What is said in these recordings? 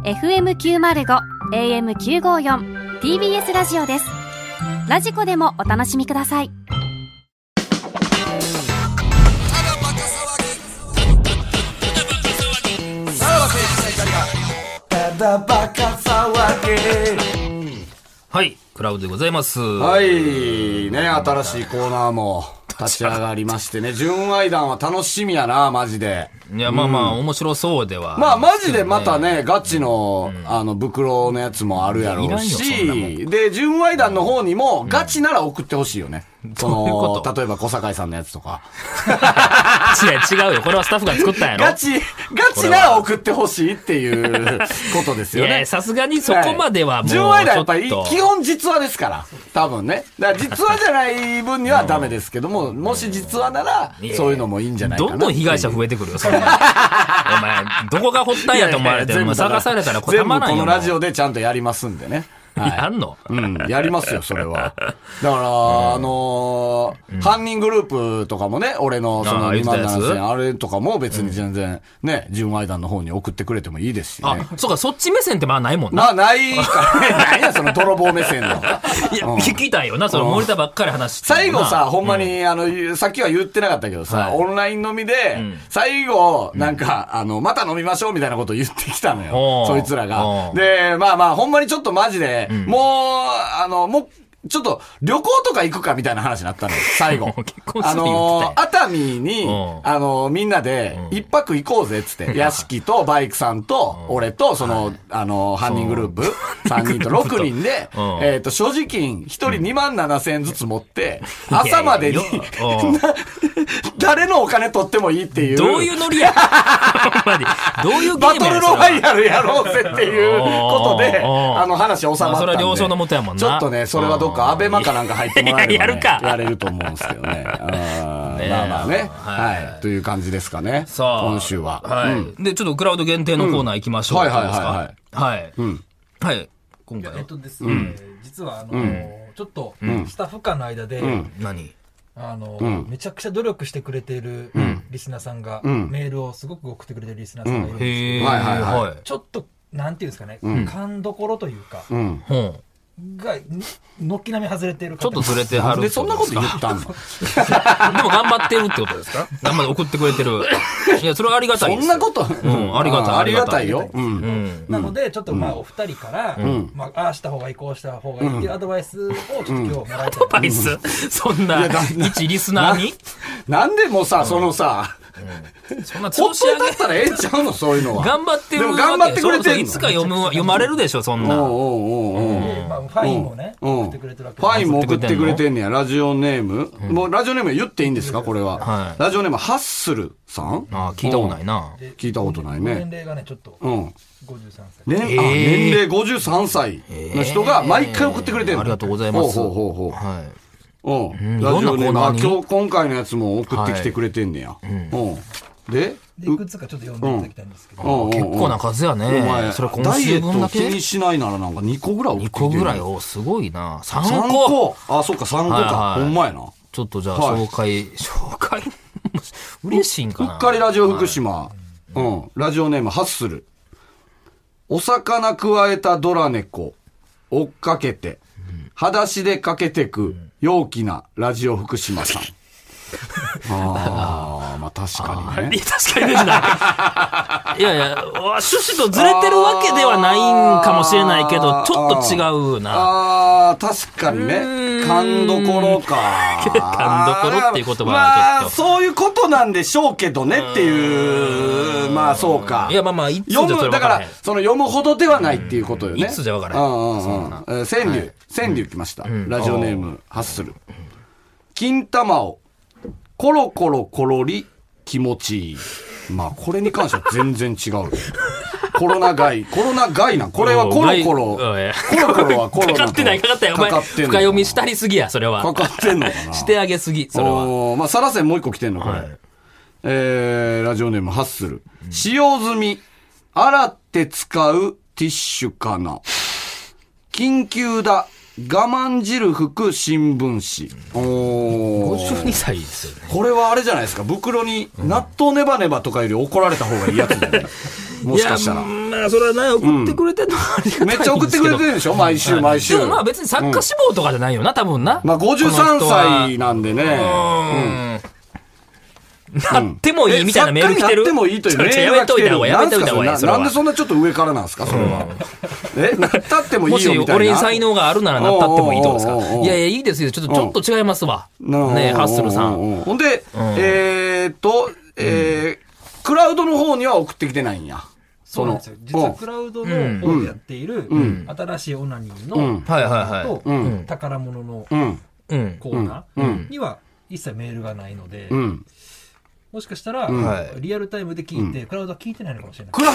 FM905 AM954 TBS ラジオです。ラジコでもお楽しみください。 はい、クラウドでございます。 はいね、新しいコーナーも立ち上がりましてね、純愛談は楽しみやな、マジで。 いや、まあまあ、面白そうでは。 まあ、マジでまたね、ガチの、袋のやつもあるやろうし、で、純愛談の方にも、ガチなら送ってほしいよね。その、例えば小堺さんのやつとか。 違うよ。これはスタッフが作ったんやろ。 ガチなら送ってほしいっていうことですよね。 いや、さすがにそこまではもう。 純愛談やっぱり基本実話ですから。多分ね。だから実話じゃない分にはダメですけども、もし実話なら、そういうのもいいんじゃないかな。 どんどん被害者増えてくるよ、そんな。お前、どこが発端やと思われて、探されたらこれたまらんよ。 全部このラジオでちゃんとやりますんでね。 やんの？ やりますよ、それは。だから、犯人グループとかもね、俺のその2万7000、あれとかも別に全然ね、純愛談の方に送ってくれてもいいですしね。 あ、そうか、そっち目線ってまあないもんな。 まあないからね、何やその泥棒目線の。いや、 聞きたいよな、その森田ばっかり話して。 最後さ、ほんまに、さっきは言ってなかったけどさ、オンライン飲みで、最後、なんか、また飲みましょうみたいなこと言ってきたのよ。そいつらが。で、まあまあ、ほんまにちょっとマジで、もう、ちょっと旅行とか行くかみたいな話になったのよ、最後。熱海に、みんなで一泊行こうぜっつって、屋敷とバイクさんと、俺と、その、犯人グループ、3人と6人で、所持金1人2万7000円ずつ持って、朝までに、誰のお金取ってもいいっていう。 どういうノリやどういうゲームやバトルロワイヤルやろうぜっていうことで、話収まったんで。 それは了承のもとやもんな。 ちょっとね、それはどっかアベマかなんか入ってもらえれば、ね、やれると思うんですけどね。まあまあね。はい。という感じですかね。今週は。 はい。で、ちょっとクラウド限定のコーナー行きましょう。はいはいはい。はい。はい。今回は。 ですね、実はちょっと、スタッフ間の間で、 何めちゃくちゃ努力してくれているリスナーさんが、メールをすごく送ってくれてるリスナーさんがいるんですけど、ちょっと、なんていうんですかね、勘どころというか、が、軒並み外れてる方。 ちょっとずれてはる。 なんでそんなこと言ったんの？ でも頑張ってるってことですか？頑張って送ってくれてる。いや、それはありがたいです。 そんなことありがたい。 ありがたいよ。 なので、ちょっとまあ、お二人から、まあ、ああした方がいい、こうした方がいいっていうアドバイスをちょっと今日もらいたい。 アドバイス？そんな、一リスナーになんでもさ、そのさ、 そんな調子上げだったらええんちゃうのそういうのは。 頑張ってる。 でも頑張ってくれてるの。 いつか読まれるでしょ、そんな。 ファインもね、送ってくれてるわけ。 ファインも送ってくれてんねや。ラジオネーム。もうラジオネーム言っていいんですかこれは。ラジオネームハッスルさん。 ああ、聞いたことないな。 聞いたことないね。 年齢がね、ちょっと。53歳。 年齢53歳の人が毎回送ってくれてるの。 ありがとうございます。 はい。ラジオネーム、今回のやつも送ってきてくれてんねや。で、 いくつかちょっと読んでいただきたいんですけど。 結構な数やね。 お前、 それ今ダイエ週分だけット気にしないならなんか2個ぐらい送ってきてる。 2個ぐらいを、すごいな。3個。 あ、そっか、3個か。ほんまやな。 ちょっとじゃあ、紹介嬉しいんかな。 うっかりラジオ福島。ラジオネームハッスル。お魚くわえたドラ猫。追っかけて。裸足でかけてく。陽気なラジオ福島さん。まあ確かにね。 確かにね。いやいや、趣旨とずれてるわけではないんかもしれないけど、ちょっと違うな。 確かにね。勘どころか。 勘どころっていう言葉はちょっと。 まあ、そういうことなんでしょうけどねっていう、まあそうか。 いやまあまあ、いつ読む、だから、その読むほどではないっていうことよね。 いつじゃ分からへん。 川柳来ました。ラジオネーム、ハッスル。金玉を、コロコロコロリ気持ちいい。まあこれに関しては全然違う。コロナ害なん。これはコロコロ。コロコロはコロナ。 かかってない、かかったよ。お前、深読みしたりすぎや、それは。 かかってんのかな。 してあげすぎ、それは。 まあサラセンもう一個来てんの、これ。ラジオネームハッスル。使用済み。洗って使うティッシュかな。緊急だ。我慢汁吹く新聞紙。 52歳ですよね。 これはあれじゃないですか。袋に納豆ネバネバとかより怒られた方がいいやつじゃない、もしかしたら。 まあ、それはね、送ってくれてんのはありがたいんですけど。 めっちゃ送ってくれてるでしょ毎週毎週。 でもまあ別に作家志望とかじゃないよな、多分な。 まあ53歳なんでね。 なってもいいみたいなメール来てる。 なってもいいというメールが来てる。 やめといた方がいい。 なんでそんなちょっと上からなんですかそれは。なったってもいいよみたいな。 もし俺に才能があるならなったってもいいとですか。いやいや、いいですよ。ちょっと違いますわ。ねハッスルさん。 ほんで、クラウドの方には送ってきてないんや。 そうなんですよ。実はクラウドの方でやっている、新しいオナニーの、と、宝物のコーナーには一切メールがないので、もしかしたら、リアルタイムで聞いて、クラウドは聞いてないのかもしれない。 クラ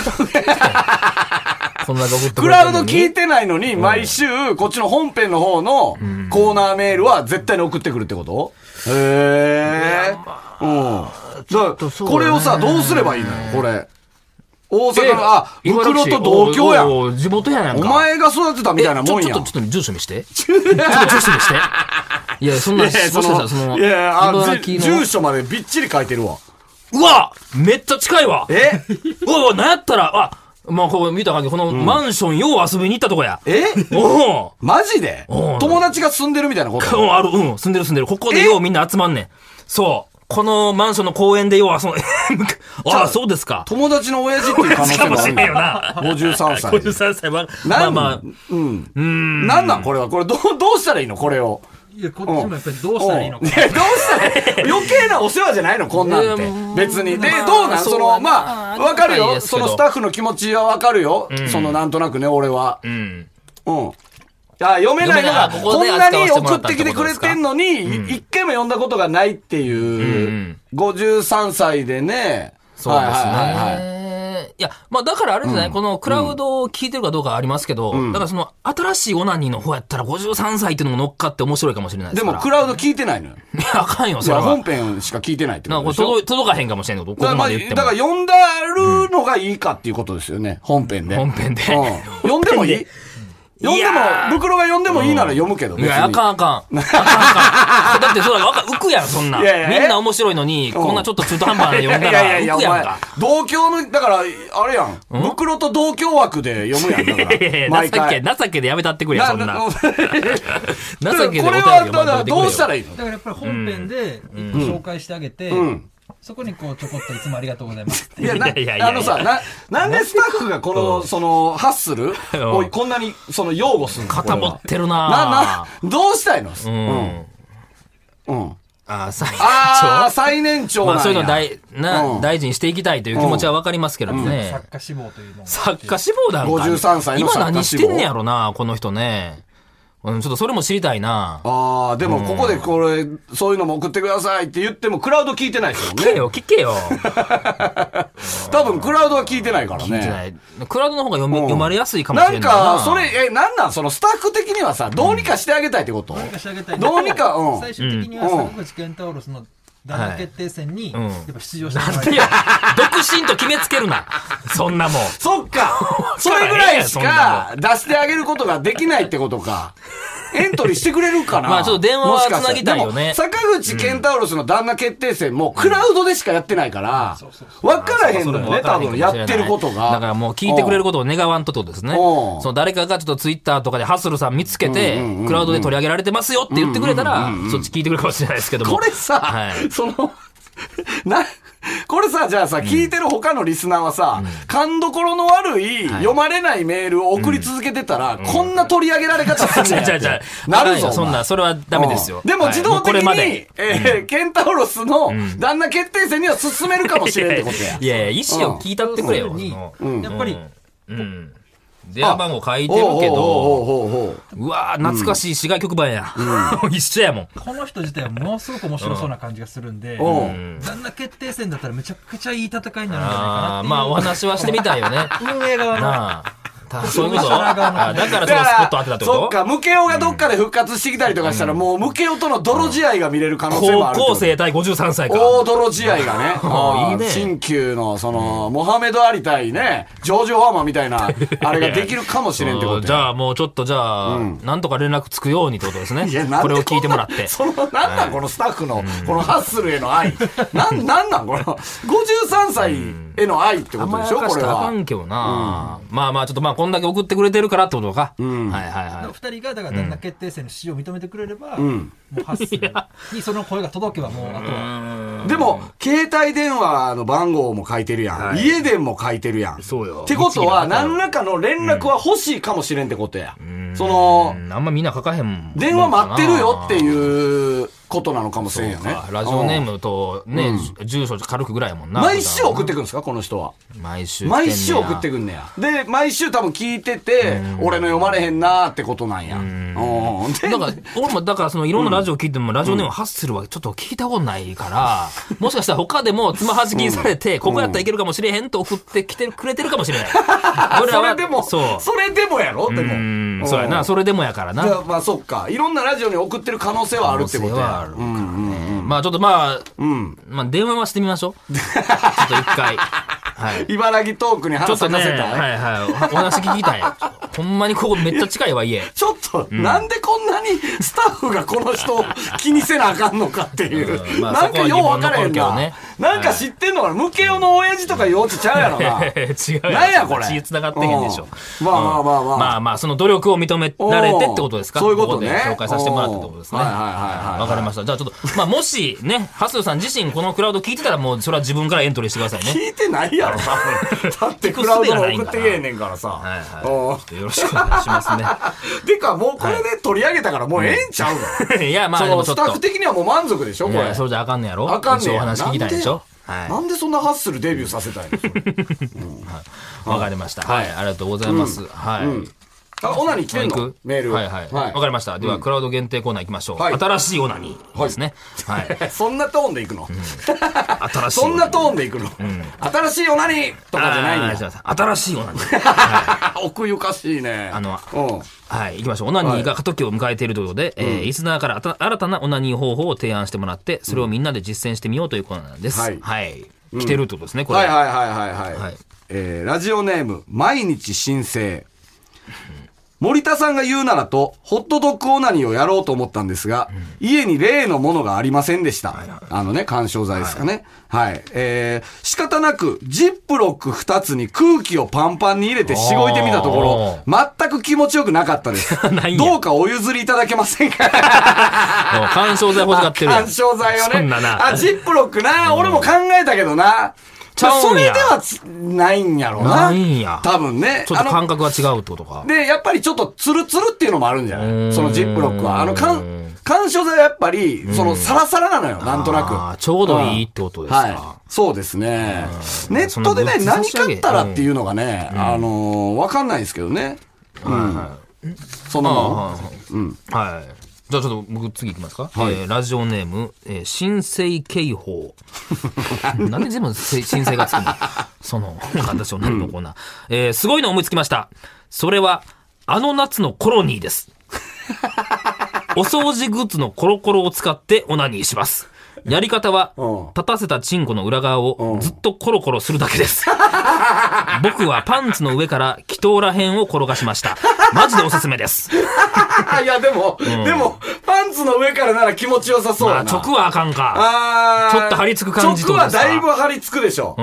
ウド聞いてないのに、毎週、こっちの本編の方のコーナーメールは絶対に送ってくるってことへー。これをさ、どうすればいいのよ、これ。大阪の、袋と同郷やん。 地元やんか。 お前が育てたみたいなもんやん。 ちょっと住所見して。住所見して。いや、そんな、 住所までびっちり書いてるわ。 うわめっちゃ近いわうわなんやったら、まあ、こう見た感じ、このマンションよう遊びに行ったとこや。 マジで友達が住んでるみたいなことある、住んでる。ここでようみんな集まんねん。そう。このマンションの公園でよう遊んで、そうですか。 友達の親父っていう可能性もあるよな。 53歳。 53歳は、 なんなんこれは。これどうしたらいいのこれを。 いや、こっちもやっぱりどうしたらいいのか。 どうしたら余計なお世話じゃないのこんなんて。別に。で、どうなんわかるよ。そのスタッフの気持ちはわかるよ。なんとなくね、俺は。読めないのが、こんなに送ってきてくれてんのに、一回も読んだことがないっていう、53歳でね。 そうですね。いや、まあだからあれじゃない、このクラウドを聞いてるかどうかありますけど、だからその新しいオナニーの方やったら53歳っていうのも乗っかって面白いかもしれないですから。 でもクラウド聞いてないのよ。 いや、あかんよ、それは。 本編しか聞いてないってことでしょ。 届かへんかもしれんけど、ここまで言っても。 だから読んだるのがいいかっていうことですよね、本編で。読んでもいい読んでも、袋が読んでもいいなら読むけど。 いや、あかん。だってそうだ、浮くやん、そんな。みんな面白いのに、こんなちょっと中途半端な読んだら浮くやんか。 同郷の、だから、あれやん。袋と同郷枠で読むやん、だから。 情けでやめたってくれや、そんな。情けでお便り読まんといてくれよ。どうしたらいいのだからやっぱり本編で紹介してあげて、そこにこうちょこっといつもありがとうございますって。 いや、なんでスタッフがこの、ハッスルをこんなに、擁護するの肩持ってるなどうしたいの最年長なんや。 そういうの大事にしていきたいという気持ちはわかりますけどね。 作家志望というの作家志望だろうか。 53歳の作家志望。 今何してんねやろな、この人ね。ちょっとそれも知りたいな。 でもここでそういうのも送ってくださいって言ってもクラウド聞いてないですよね。 聞けよ。 多分クラウドは聞いてないからね。聞いてない。 クラウドの方が読まれやすいかもしれないな。 なんか、そのスタッフ的にはさ、どうにかしてあげたいってこと？ どうにかしてあげたい。 どうにか、 最終的には坂口健太郎の団体決定戦に、やっぱ出場してもらいたい。 独身と決めつけるな。そんなもん。 そっか。それぐらいしか出してあげることができないってことか。エントリーしてくれるかな。 まあちょっと電話はつなぎたいよね。 坂口健太郎の旦那決定戦もクラウドでしかやってないから、分からへんのよね、多分やってることが。 だからもう聞いてくれることを願わんとってことですね。誰かがちょっとツイッターとかでハッスルさん見つけて、クラウドで取り上げられてますよって言ってくれたら、そっち聞いてくれるかもしれないですけども。 これさ、これさ、じゃあさ、聞いてる他のリスナーはさ、勘どころの悪い、読まれないメールを送り続けてたら、こんな取り上げられ方するんやって。なるぞ。 それはダメですよ。 でも自動的に、ケンタウロスの旦那決定戦には進めるかもしれんってことや。 いやいや、意思を聞いたってくれよ。 やっぱり、 電話番号書いてるけど、うわー、懐かしい市外局番や。一緒やもん。 この人自体はものすごく面白そうな感じがするんで、旦那決定戦だったらめちゃくちゃいい戦いになるんじゃないかなっていう。 まあお話はしてみたいよね。 運営側の。 そういうことだからそのスポット当てたってこと？ そっか、ムケオがどっかで復活してきたりとかしたら、もうムケオとの泥試合が見れる可能性もある。 高校生対53歳か。 大泥試合がね。いいね。新旧の、モハメド・アリ対ね、ジョージ・ファーマンみたいな、あれができるかもしれんってこと。 じゃあもうちょっとなんとか連絡つくようにってことですね。これを聞いてもらって。 なんなんこのスタッフの、このハッスルへの愛。なんなんこの、53歳、 への愛ってことでしょ、これは。 あかんけどな、まあまあ、ちょっとまあ、こんだけ送ってくれてるからってことか。はいはいはい。 二人が、だから、旦那決定戦の使用を認めてくれれば、もうハッスルにその声が届けば、もう、あとは。 でも、携帯電話の番号も書いてるやん。家電も書いてるやん。 そうよ。 ってことは、何らかの連絡は欲しいかもしれんってことや。 あんまみんな書かへんもん。 電話待ってるよっていうことなのかもしれんよね。 ラジオネームとね、住所軽くぐらいやもんな。 毎週送ってくるんですか、この人は。 毎週送ってくんねや。で、毎週多分聞いてて、俺の読まれへんなーってことなんや。 だから、俺もだからそのいろんなラジオ聞いても、ラジオネームハッスルはちょっと聞いたことないから、もしかしたら他でもつまはじきにされて、ここやったらいけるかもしれへんと送ってきてくれてるかもしれない。 それでも、それでもやろでも。 そうやな、それでもやからな。 まあそっか。いろんなラジオに送ってる可能性はあるってことや。 まあちょっとまあ電話はしてみましょう。ちょっと一回。はい。 茨城トークに話させたい。 はいはい。お話聞きたい。ほんまにここめっちゃ近いわ、家。 ちょっと、なんでこんなにスタッフがこの人を気にせなあかんのかっていう。なんかよう分からへんな。なんか知ってんのかな、ムケオの親父とか幼稚ちゃうやろな。 違う。 なんやこれ。 血繋がってへんでしょ。 まあ、その努力を認められてってことですか。 そういうことね。 紹介させてもらったってことですね。わかりました。じゃあちょっと、まあもしね、ハッスルさん自身このクラウド聞いてたらもうそれは自分からエントリーしてくださいね。 聞いてないやろ、だってクラウドも送ってけえねんからさ。 よろしくお願いしますね。 てかもうこれで取り上げたからもうええんちゃうの。 いや、まあでもちょっと。 スタッフ的にはもう満足でしょ、これ。 それじゃあかんねやろ。 あかんねや。 お話聞きたいでしょ。 なんでそんなハッスルデビューさせたいの。わかりました。はい、ありがとうございます。はい。 オナニー来てんのメール。 はいはい。わかりました。では、クラウド限定コーナー行きましょう。新しいオナニーですね。はい。 そんなトーンで行くの新しい。 そんなトーンで行くの新しいオナニーとかじゃないんだ。 新しいオナニー。 奥ゆかしいね。 はい、行きましょう。オナニーが過渡期を迎えているということで、リスナーから新たなオナニー方法を提案してもらって、それをみんなで実践してみようというコーナーなんです。はい。来てるってことですね、これ。 はい。ラジオネーム、毎日新生。森田さんが言うならと、ホットドッグオナニーをやろうと思ったんですが、家に例のものがありませんでした。緩衝材ですかね。はい。仕方なく、ジップロック2つに空気をパンパンに入れてしごいてみたところ、全く気持ちよくなかったです。どうかお譲りいただけませんか。 緩衝材欲しがってる。 緩衝材をね。ジップロックな、俺も考えたけどな。それではないんやろうな。 ないんや。 多分ね。 ちょっと感覚が違うってことか。 で、やっぱりちょっとツルツルっていうのもあるんじゃないそのジップロックは。緩衝材はやっぱり、そのサラサラなのよ、なんとなく。 ちょうどいいってことですか。はい。 そうですね。ネットでね、何買ったらっていうのがね、わかんないですけどね。そのはい。じゃあちょっと僕次いきますか。ラジオネーム、新生警報。なんで全部新生がつくの私を何のコーナー。すごいの思いつきました。それは、あの夏のコロニーです。お掃除グッズのコロコロを使ってオナニーします。やり方は、立たせたチンコの裏側をずっとコロコロするだけです。僕はパンツの上から気筒ら辺を転がしました。マジでおすすめです。 いや、でも、パンツの上からなら気持ちよさそうだな。 直はあかんか。ちょっと張り付く感じとか。 直はだいぶ張り付くでしょ。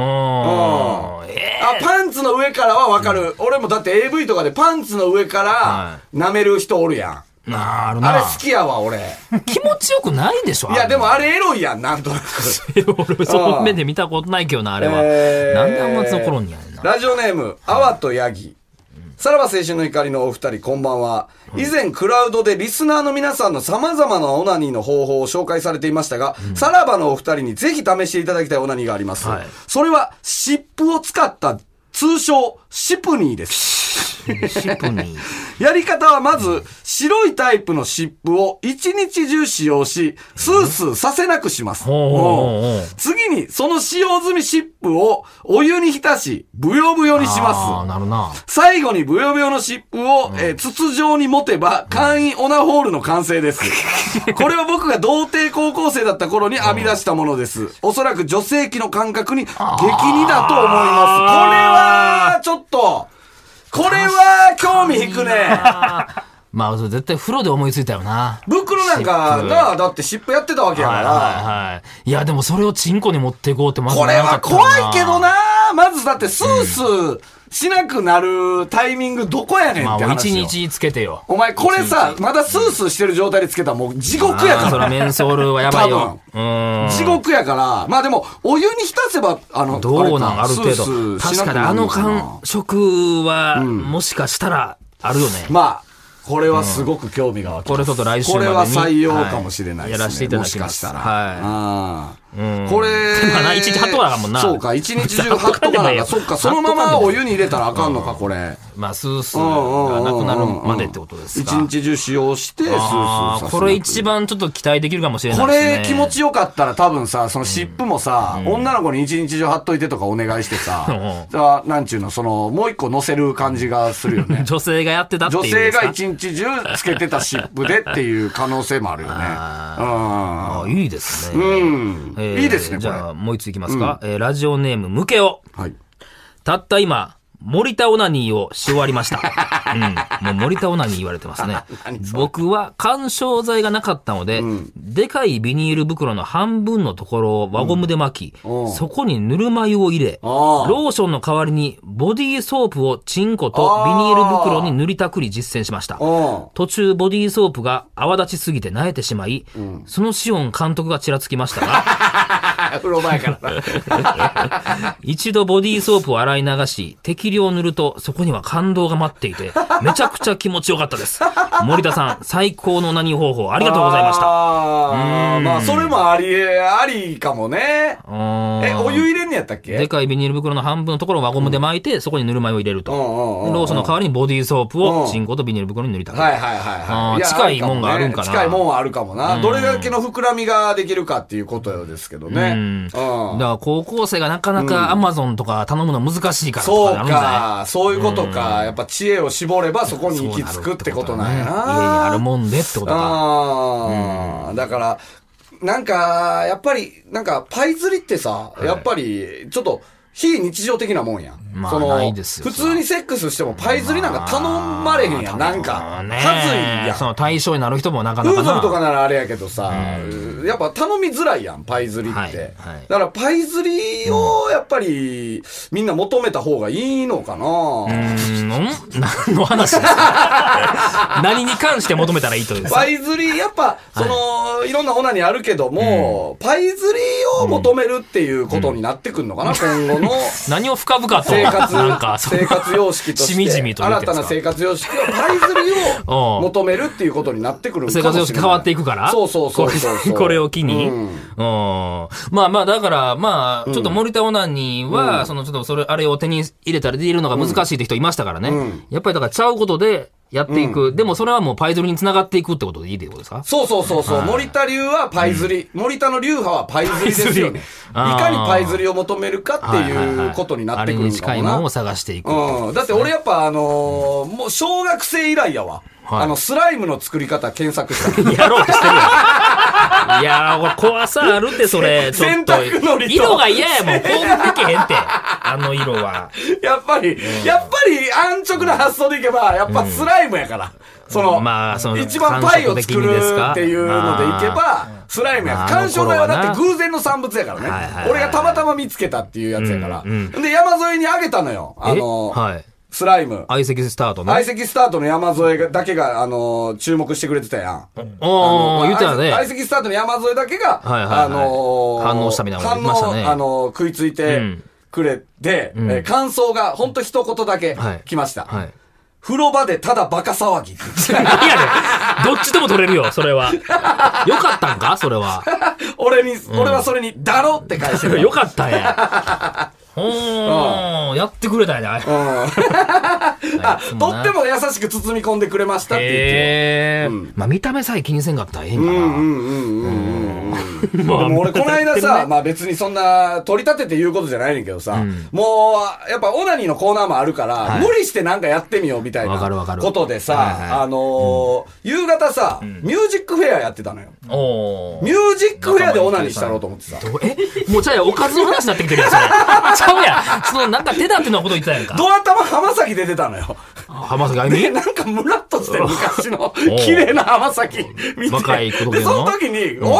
パンツの上からはわかる。俺もだって AV とかでパンツの上から舐める人おるやん。あれ好きやわ、俺。 気持ちよくないでしょ。 いや、でもあれエロいやん、なんとなく。 俺、その目で見たことないけどな、あれは。なんであんまつの頃にやねんな。 ラジオネーム、阿波とヤギ。さらば青春の光のお二人、こんばんは。以前、クラウドでリスナーの皆さんの様々なオナニーの方法を紹介されていましたが、さらばのお二人にぜひ試していただきたいオナニーがあります。それは、湿布を使った通称、シプニーです。やり方はまず、白いタイプの湿布を一日中使用し、スースーさせなくします。次に、その使用済み湿布をお湯に浸し、ブヨブヨにします。最後にブヨブヨの湿布を、筒状に持てば、簡易オナホールの完成です。これは僕が童貞高校生だった頃に編み出したものです。おそらく女性器の感覚に激似だと思います。これは、ちょっと、これは興味引くね。 まあ、絶対風呂で思いついたよな。 袋なんかな、だって湿布やってたわけやから。 いや、でもそれをチンコに持っていこうってまずこれは怖いけどな。 まずだってスースーしなくなるタイミングどこやねんって話よ。 まあ、1日つけてよ。 お前これさ、まだスースーしてる状態でつけたらもう地獄やから。 そらメンソールはやばいよ。 地獄やから、まあでも、お湯に浸せば、 どうなんある程度。確かに感触は、もしかしたらあるよね。 まあ、これはすごく興味が湧きます。 これちょっと来週までに。 これは採用かもしれないですね。 やらせていただきます。 もしかしたら。 はい。 これ。 でもな、一日8とかだもんな。 そうか、一日中8とかなんか。そっか、そのままお湯に入れたらあかんのか、これ。 まあ、スースーがなくなるまでってことですか。 一日中使用して、スースーさせる。 これ一番ちょっと期待できるかもしれないですね。 これ気持ちよかったら多分さ、その湿布もさ、女の子に一日中貼っといてとかお願いしてさ、なんちゅうの、もう一個乗せる感じがするよね。 女性がやってたっていう。 女性が一日中つけてた湿布でっていう可能性もあるよね。 いいですね。 いいですね、これ。 じゃあ、もう一ついきますか。ラジオネーム、ムケオ。 はい。 たった今、森田オナニーをし終わりました。もう森田オナニー言われてますね。僕は干渉剤がなかったので、でかいビニール袋の半分のところを輪ゴムで巻き、そこにぬるま湯を入れ、ローションの代わりにボディーソープをチンコとビニール袋に塗りたくり実践しました。途中ボディーソープが泡立ちすぎて萎えてしまい、そのシオン監督がちらつきましたが、 風呂前からな。一度ボディーソープを洗い流し、適量塗るとそこには感動が待っていて、めちゃくちゃ気持ちよかったです。森田さん、最高の何方法ありがとうございました。 まあ、それもありかもね。お湯入れんのやったっけ？ でかいビニール袋の半分のところを輪ゴムで巻いて、そこにぬるま湯を入れると。ローソンの代わりにボディーソープをチンコとビニール袋に塗りたくる。近いもんがあるんかな。 近いもんはあるかもな。どれだけの膨らみができるかっていうことよですけどね。 だから高校生がなかなかアマゾンとか頼むの難しいからとかなるんだね。そうか、そういうことか。やっぱ知恵を絞ればそこに行き着くってことなんやな。 家にあるもんでってことか。 だから、なんか、やっぱり、なんか、パイ釣りってさ、やっぱり、ちょっと、非日常的なもんやん。 まあ、ないですよ。 普通にセックスしてもパイ釣りなんか頼まれへんやん。なんか、はずいやん。 その対象になる人もなかなかな。 風俗とかならあれやけどさ、やっぱ頼みづらいやん、パイ釣りって。だからパイ釣りをやっぱりみんな求めた方がいいのかな。 何の話ですか？何に関して求めたらいいとですか？ パイ釣り、やっぱ、いろんなオナにあるけども、パイ釣りを求めるっていうことになってくるのかな、今後の。 何を深々と生活様式として、 しみじみと新たな生活様式はパイ釣りを求めるっていうことになってくるかもしれない。 生活様式変わっていくから？ そう。 これを機に。まあ、だから、まあ、ちょっと森田オナニーは、ちょっとあれを手に入れたらできるのが難しいって人いましたからね。やっぱりだからちゃうことで、やっていく。でもそれはもうパイ釣りに繋がっていくってことでいいってことですか？ そう。森田流はパイ釣り。森田の流派はパイ釣りですよね。いかにパイ釣りを求めるかっていうことになってくるのかもな。あれに近いものを探していく。 だって俺やっぱもう小学生以来やわ。スライムの作り方検索した。 やろうとしてるやん。いやー、怖さあるって、それ。ちょっと。色が嫌やもん。こうでけへんって。あの色は。 やっぱり安直な発想でいけば、やっぱスライムやから。一番パイを作るっていうのでいけば、スライムや。干渉剤はだって偶然の産物やからね。俺がたまたま見つけたっていうやつやから。で、山沿いにあげたのよ。スライム。 相席スタートね。 相席スタートの山沿いだけが、注目してくれてたやん。 言ってたね。 相席スタートの山沿いだけが、 反応したみたいなこと言いましたね。 食いついてくれて、感想がほんと一言だけ来ました。風呂場でただバカ騒ぎ。いやね、 どっちとも取れるよ、それは。よかったんかそれは。 俺はそれに、だろって返してる。 よかったんや。やってくれたんやね。 とっても優しく包み込んでくれましたって言って。 まあ見た目さえ気にせんかったらええんかな。 でも俺この間さ、まあ別にそんな取り立てて言うことじゃないねんけどさ、もうやっぱオナニーのコーナーもあるから、無理してなんかやってみようみたいなことでさ、夕方さ、ミュージックフェアやってたのよ。ミュージックフェアでオナニーしたろうと思ってさ。 もうちゃうや、おかずの話になってきてるやん、それ。ちゃうやん。なんか手だってのこと言ってたやんか。 ドア玉浜崎出てたのよ。 浜崎あゆみ？ で、なんかムラっとしてる昔の綺麗な浜崎見て。 若い子で、その時に、おっしゃ、もう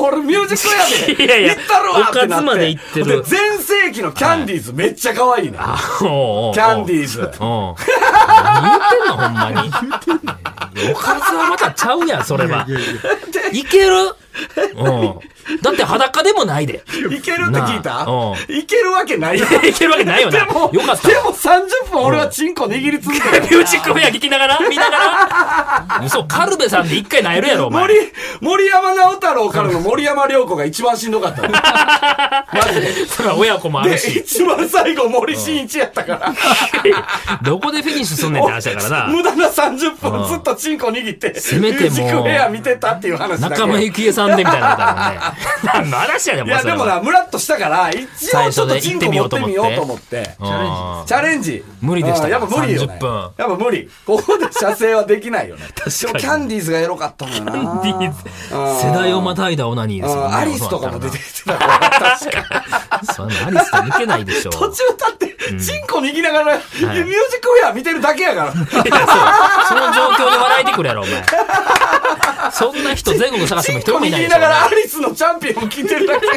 俺ミュージックエアで行ったるわってなって。 おかずまで行ってる。 で、全盛期のキャンディーズめっちゃ可愛いね。キャンディーズ。 何言ってんのほんまに。おかずはまたちゃうやん、それは。いけるだって裸でもないで。 いけるって聞いた？いけるわけないよ。 いけるわけないよな。よかった。 でも30分俺はチンコ握り続ける。 ミュージックフェア聞きながら見ながら嘘、カルベさんで一回なえるやろ、お前。 森山直太朗からの森山良子が一番しんどかったの。マジで。 それは親子もあるし。 で、一番最後森進一やったから。 どこでフィニッシュすんねんって話だからな。 無駄な30分ずっとチンコ握って、 せめてもう、 ミュージックフェア見てたっていう話だけ。 仲間由紀恵さんでみたいなことだもんね。何の話やねん、 いや、でもな、ムラっとしたから、一応ちょっとチンコ持ってみようと思って。チャレンジ。 無理でした。 やっぱ無理よ、ね。 30分。 やっぱ無理。ここで射精はできないよね。確かに。キャンディーズがエロかったもんな。キャンディーズ。世代をまたいだオナニーですよね。 アリスとかも出てきてたから、確かに。 そんなアリスと抜けないでしょ。 途中だって、チンコ握りながら、ミュージックフェア見てるだけやから。その状況で笑いてくれやろ、お前。そんな人全国探しても一人もいないでしょ。 チンコ握りながらアリスのチャンピオンを聞いてるだけ。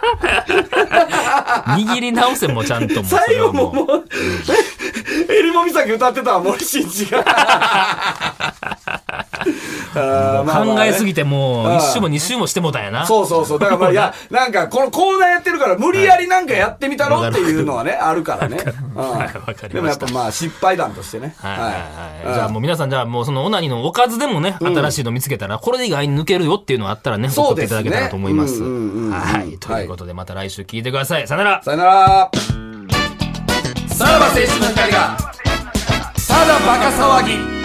握り直せもちゃんとも。 最後ももう、エリモ岬歌ってたわ、森進一が。 考えすぎてもう1週も2週もしてもたんやな。 そうそうそう。だからまあ、いや、なんかこのコーナーやってるから無理やりなんかやってみたろっていうのはね、あるからね。でもやっぱまあ失敗談としてね。 じゃあもう皆さん、じゃあもうそのオナニーのおかずでもね、新しいの見つけたら、これで意外に抜けるよっていうのがあったらね、送っていただけたらと思います。はい。ということでまた来週聞いてください。さよなら。 さよなら。さらば青春の光が、ただバカ騒ぎ。